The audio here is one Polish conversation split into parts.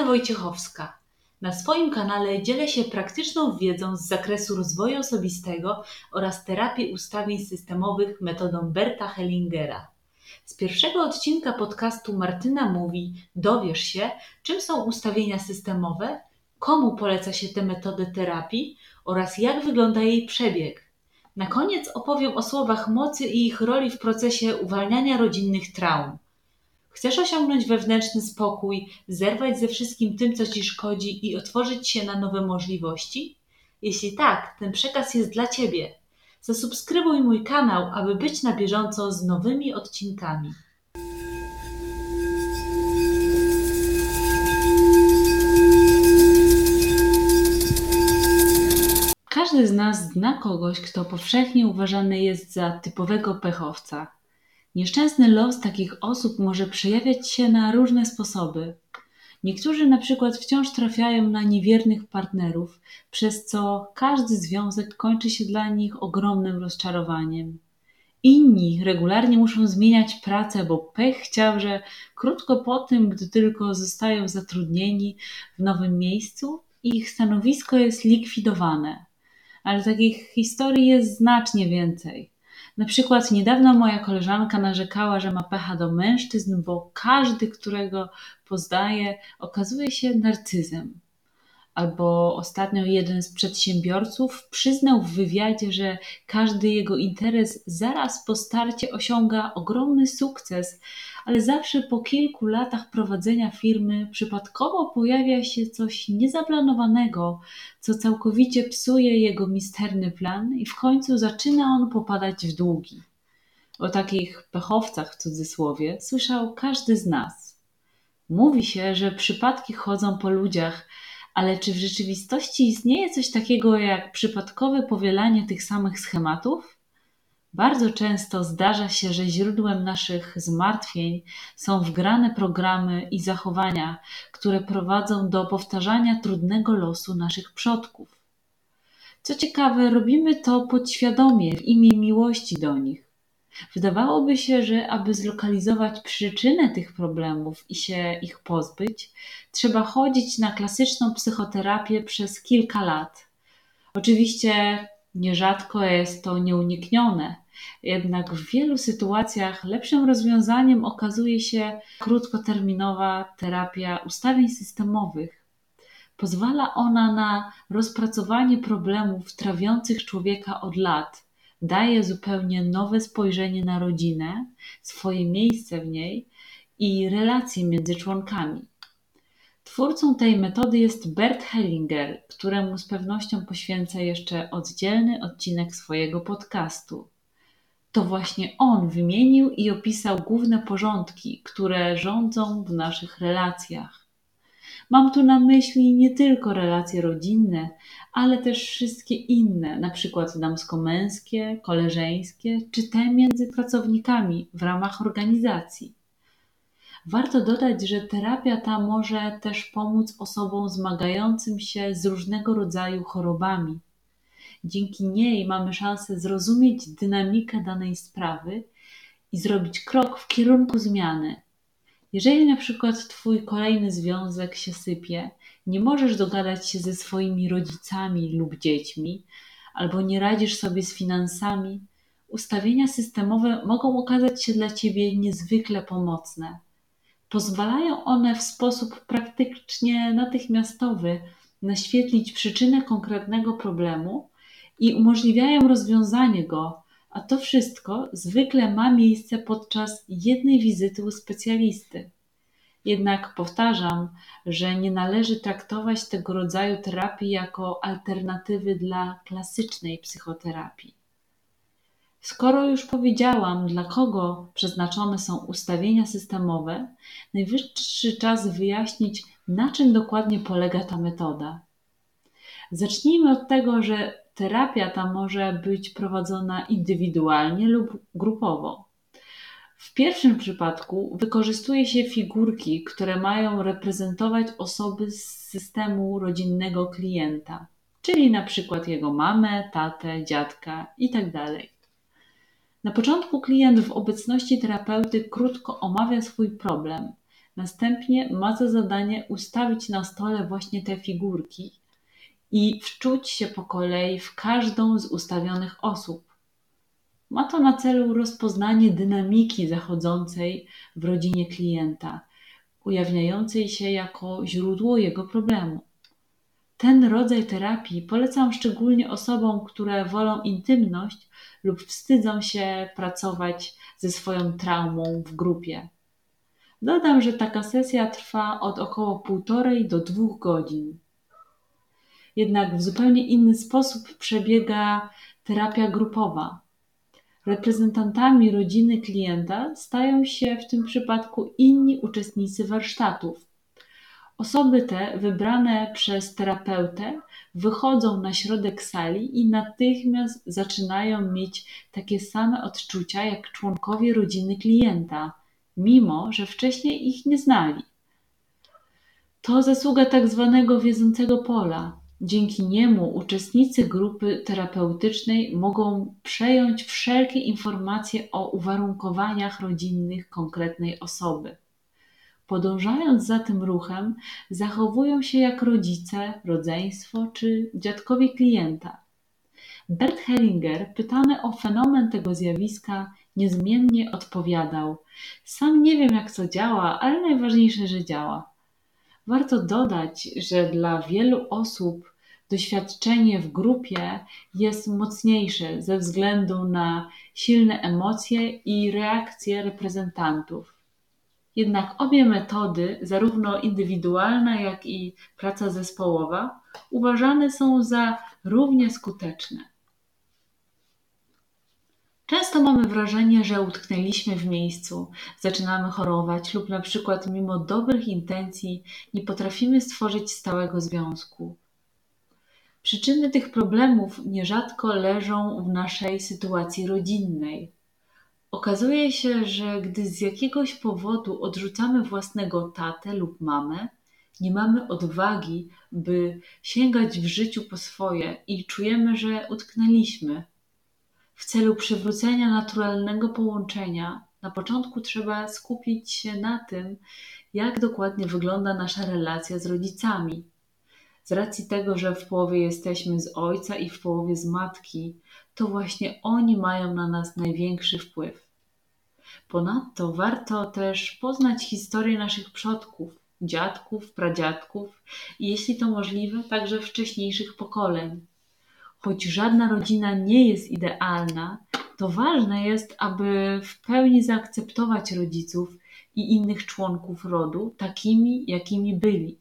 Wojciechowska. Na swoim kanale dzielę się praktyczną wiedzą z zakresu rozwoju osobistego oraz terapii ustawień systemowych metodą Berta Hellingera. Z pierwszego odcinka podcastu Martyna mówi dowiesz się, czym są ustawienia systemowe, komu poleca się tę metodę terapii oraz jak wygląda jej przebieg. Na koniec opowiem o słowach mocy i ich roli w procesie uwalniania rodzinnych traum. Chcesz osiągnąć wewnętrzny spokój, zerwać ze wszystkim tym, co Ci szkodzi i otworzyć się na nowe możliwości? Jeśli tak, ten przekaz jest dla Ciebie. Zasubskrybuj mój kanał, aby być na bieżąco z nowymi odcinkami. Każdy z nas zna kogoś, kto powszechnie uważany jest za typowego pechowca. Nieszczęsny los takich osób może przejawiać się na różne sposoby. Niektórzy na przykład wciąż trafiają na niewiernych partnerów, przez co każdy związek kończy się dla nich ogromnym rozczarowaniem. Inni regularnie muszą zmieniać pracę, bo pech chciał, że krótko po tym, gdy tylko zostają zatrudnieni w nowym miejscu, ich stanowisko jest likwidowane. Ale takich historii jest znacznie więcej. Na przykład niedawno moja koleżanka narzekała, że ma pecha do mężczyzn, bo każdy, którego poznaje, okazuje się narcyzem. Albo ostatnio jeden z przedsiębiorców przyznał w wywiadzie, że każdy jego interes zaraz po starcie osiąga ogromny sukces, ale zawsze po kilku latach prowadzenia firmy przypadkowo pojawia się coś niezaplanowanego, co całkowicie psuje jego misterny plan i w końcu zaczyna on popadać w długi. O takich pechowcach w cudzysłowie słyszał każdy z nas. Mówi się, że przypadki chodzą po ludziach, ale czy w rzeczywistości istnieje coś takiego jak przypadkowe powielanie tych samych schematów? Bardzo często zdarza się, że źródłem naszych zmartwień są wgrane programy i zachowania, które prowadzą do powtarzania trudnego losu naszych przodków. Co ciekawe, robimy to podświadomie w imię miłości do nich. Wydawałoby się, że aby zlokalizować przyczynę tych problemów i się ich pozbyć, trzeba chodzić na klasyczną psychoterapię przez kilka lat. Oczywiście nierzadko jest to nieuniknione, jednak w wielu sytuacjach lepszym rozwiązaniem okazuje się krótkoterminowa terapia ustawień systemowych. Pozwala ona na rozpracowanie problemów trawiących człowieka od lat. Daje zupełnie nowe spojrzenie na rodzinę, swoje miejsce w niej i relacje między członkami. Twórcą tej metody jest Bert Hellinger, któremu z pewnością poświęcę jeszcze oddzielny odcinek swojego podcastu. To właśnie on wymienił i opisał główne porządki, które rządzą w naszych relacjach. Mam tu na myśli nie tylko relacje rodzinne, ale też wszystkie inne, na przykład damsko-męskie, koleżeńskie, czy te między pracownikami w ramach organizacji. Warto dodać, że terapia ta może też pomóc osobom zmagającym się z różnego rodzaju chorobami. Dzięki niej mamy szansę zrozumieć dynamikę danej sprawy i zrobić krok w kierunku zmiany. Jeżeli na przykład Twój kolejny związek się sypie, nie możesz dogadać się ze swoimi rodzicami lub dziećmi, albo nie radzisz sobie z finansami, ustawienia systemowe mogą okazać się dla Ciebie niezwykle pomocne. Pozwalają one w sposób praktycznie natychmiastowy naświetlić przyczynę konkretnego problemu i umożliwiają rozwiązanie go, a to wszystko zwykle ma miejsce podczas jednej wizyty u specjalisty. Jednak powtarzam, że nie należy traktować tego rodzaju terapii jako alternatywy dla klasycznej psychoterapii. Skoro już powiedziałam, dla kogo przeznaczone są ustawienia systemowe, najwyższy czas wyjaśnić, na czym dokładnie polega ta metoda. Zacznijmy od tego, że terapia ta może być prowadzona indywidualnie lub grupowo. W pierwszym przypadku wykorzystuje się figurki, które mają reprezentować osoby z systemu rodzinnego klienta, czyli na przykład jego mamę, tatę, dziadka itd. Na początku klient w obecności terapeuty krótko omawia swój problem. Następnie ma za zadanie ustawić na stole właśnie te figurki i wczuć się po kolei w każdą z ustawionych osób. Ma to na celu rozpoznanie dynamiki zachodzącej w rodzinie klienta, ujawniającej się jako źródło jego problemu. Ten rodzaj terapii polecam szczególnie osobom, które wolą intymność lub wstydzą się pracować ze swoją traumą w grupie. Dodam, że taka sesja trwa od około 1,5 do 2 godzin. Jednak w zupełnie inny sposób przebiega terapia grupowa. Reprezentantami rodziny klienta stają się w tym przypadku inni uczestnicy warsztatów. Osoby te, wybrane przez terapeutę, wychodzą na środek sali i natychmiast zaczynają mieć takie same odczucia jak członkowie rodziny klienta, mimo że wcześniej ich nie znali. To zasługa tak zwanego wiedzącego pola. Dzięki niemu uczestnicy grupy terapeutycznej mogą przejąć wszelkie informacje o uwarunkowaniach rodzinnych konkretnej osoby. Podążając za tym ruchem, zachowują się jak rodzice, rodzeństwo czy dziadkowie klienta. Bert Hellinger, pytany o fenomen tego zjawiska, niezmiennie odpowiadał: sam nie wiem, jak to działa, ale najważniejsze, że działa. Warto dodać, że dla wielu osób doświadczenie w grupie jest mocniejsze ze względu na silne emocje i reakcje reprezentantów. Jednak obie metody, zarówno indywidualna, jak i praca zespołowa, uważane są za równie skuteczne. Często mamy wrażenie, że utknęliśmy w miejscu, zaczynamy chorować lub na przykład mimo dobrych intencji nie potrafimy stworzyć stałego związku. Przyczyny tych problemów nierzadko leżą w naszej sytuacji rodzinnej. Okazuje się, że gdy z jakiegoś powodu odrzucamy własnego tatę lub mamę, nie mamy odwagi, by sięgać w życiu po swoje i czujemy, że utknęliśmy. W celu przywrócenia naturalnego połączenia, na początku trzeba skupić się na tym, jak dokładnie wygląda nasza relacja z rodzicami. Z racji tego, że w połowie jesteśmy z ojca i w połowie z matki, to właśnie oni mają na nas największy wpływ. Ponadto warto też poznać historię naszych przodków, dziadków, pradziadków i jeśli to możliwe, także wcześniejszych pokoleń. Choć żadna rodzina nie jest idealna, to ważne jest, aby w pełni zaakceptować rodziców i innych członków rodu takimi, jakimi byli.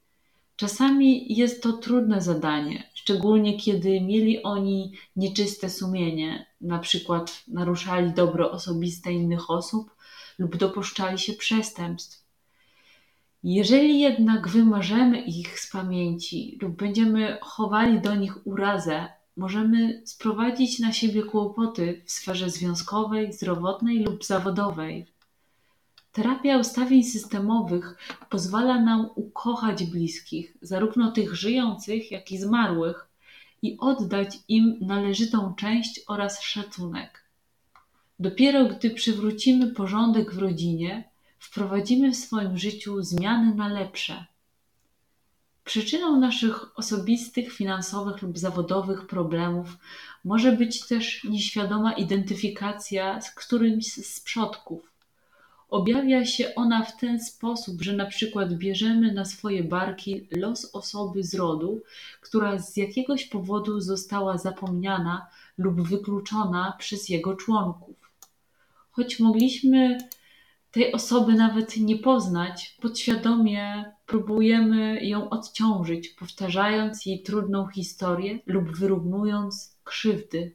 Czasami jest to trudne zadanie, szczególnie kiedy mieli oni nieczyste sumienie, na przykład naruszali dobro osobiste innych osób lub dopuszczali się przestępstw. Jeżeli jednak wymażemy ich z pamięci lub będziemy chowali do nich urazę, możemy sprowadzić na siebie kłopoty w sferze związkowej, zdrowotnej lub zawodowej. Terapia ustawień systemowych pozwala nam ukochać bliskich, zarówno tych żyjących, jak i zmarłych, i oddać im należytą część oraz szacunek. Dopiero gdy przywrócimy porządek w rodzinie, wprowadzimy w swoim życiu zmiany na lepsze. Przyczyną naszych osobistych, finansowych lub zawodowych problemów może być też nieświadoma identyfikacja z którymś z przodków. Objawia się ona w ten sposób, że na przykład bierzemy na swoje barki los osoby z rodu, która z jakiegoś powodu została zapomniana lub wykluczona przez jego członków. Choć mogliśmy tej osoby nawet nie poznać, podświadomie próbujemy ją odciążyć, powtarzając jej trudną historię lub wyrównując krzywdy.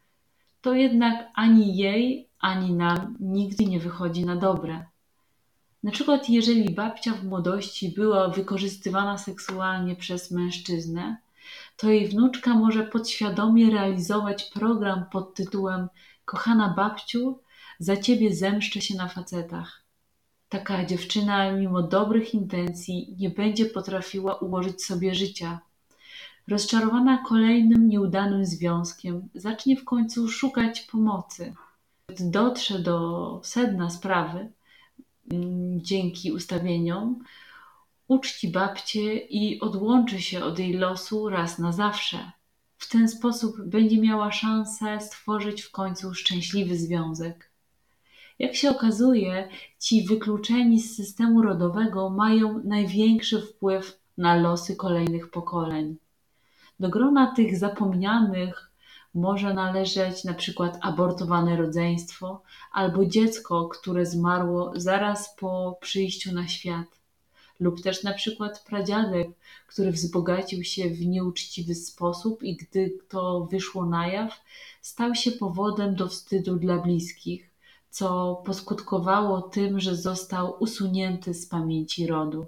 To jednak ani jej, ani nam nigdy nie wychodzi na dobre. Na przykład jeżeli babcia w młodości była wykorzystywana seksualnie przez mężczyznę, to jej wnuczka może podświadomie realizować program pod tytułem „Kochana babciu, za ciebie zemszczę się na facetach”. Taka dziewczyna mimo dobrych intencji nie będzie potrafiła ułożyć sobie życia. Rozczarowana kolejnym nieudanym związkiem, zacznie w końcu szukać pomocy. Gdy dotrze do sedna sprawy, dzięki ustawieniom, uczci babcię i odłączy się od jej losu raz na zawsze. W ten sposób będzie miała szansę stworzyć w końcu szczęśliwy związek. Jak się okazuje, ci wykluczeni z systemu rodowego mają największy wpływ na losy kolejnych pokoleń. Do grona tych zapomnianych może należeć na przykład abortowane rodzeństwo albo dziecko, które zmarło zaraz po przyjściu na świat, lub też na przykład pradziadek, który wzbogacił się w nieuczciwy sposób i gdy to wyszło na jaw, stał się powodem do wstydu dla bliskich, co poskutkowało tym, że został usunięty z pamięci rodu.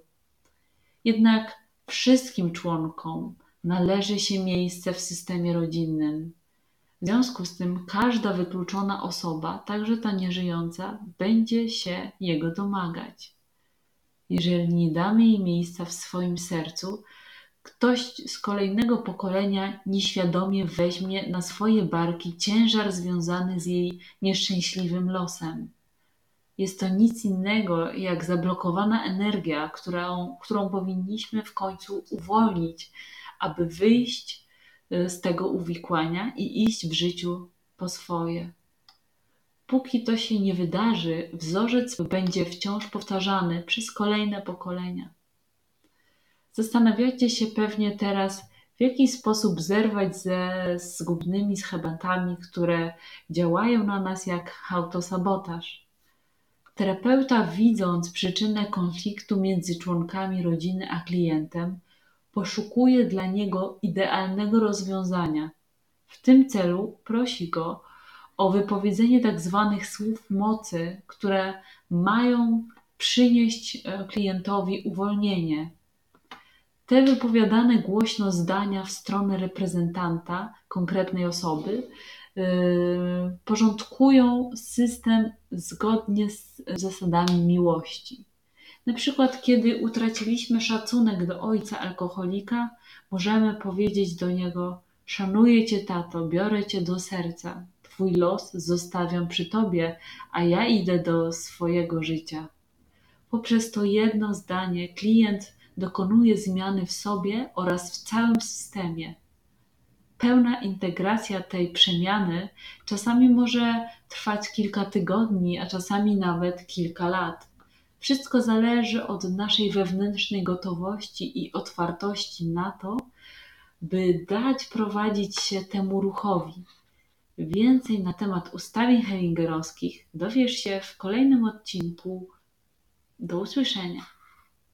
Jednak wszystkim członkom należy się miejsce w systemie rodzinnym. W związku z tym każda wykluczona osoba, także ta nieżyjąca, będzie się jego domagać. Jeżeli nie damy jej miejsca w swoim sercu, ktoś z kolejnego pokolenia nieświadomie weźmie na swoje barki ciężar związany z jej nieszczęśliwym losem. Jest to nic innego jak zablokowana energia, którą powinniśmy w końcu uwolnić, aby wyjść z tego uwikłania i iść w życiu po swoje. Póki to się nie wydarzy, wzorzec będzie wciąż powtarzany przez kolejne pokolenia. Zastanawiacie się pewnie teraz, w jaki sposób zerwać ze zgubnymi schematami, które działają na nas jak autosabotaż. Terapeuta, widząc przyczynę konfliktu między członkami rodziny a klientem, poszukuje dla niego idealnego rozwiązania. W tym celu prosi go o wypowiedzenie tak zwanych słów mocy, które mają przynieść klientowi uwolnienie. Te wypowiadane głośno zdania w stronę reprezentanta konkretnej osoby porządkują system zgodnie z zasadami miłości. Na przykład, kiedy utraciliśmy szacunek do ojca alkoholika, możemy powiedzieć do niego: szanuję cię, tato, biorę cię do serca. Twój los zostawiam przy tobie, a ja idę do swojego życia. Poprzez to jedno zdanie klient dokonuje zmiany w sobie oraz w całym systemie. Pełna integracja tej przemiany czasami może trwać kilka tygodni, a czasami nawet kilka lat. Wszystko zależy od naszej wewnętrznej gotowości i otwartości na to, by dać prowadzić się temu ruchowi. Więcej na temat ustawień hellingerowskich dowiesz się w kolejnym odcinku. Do usłyszenia.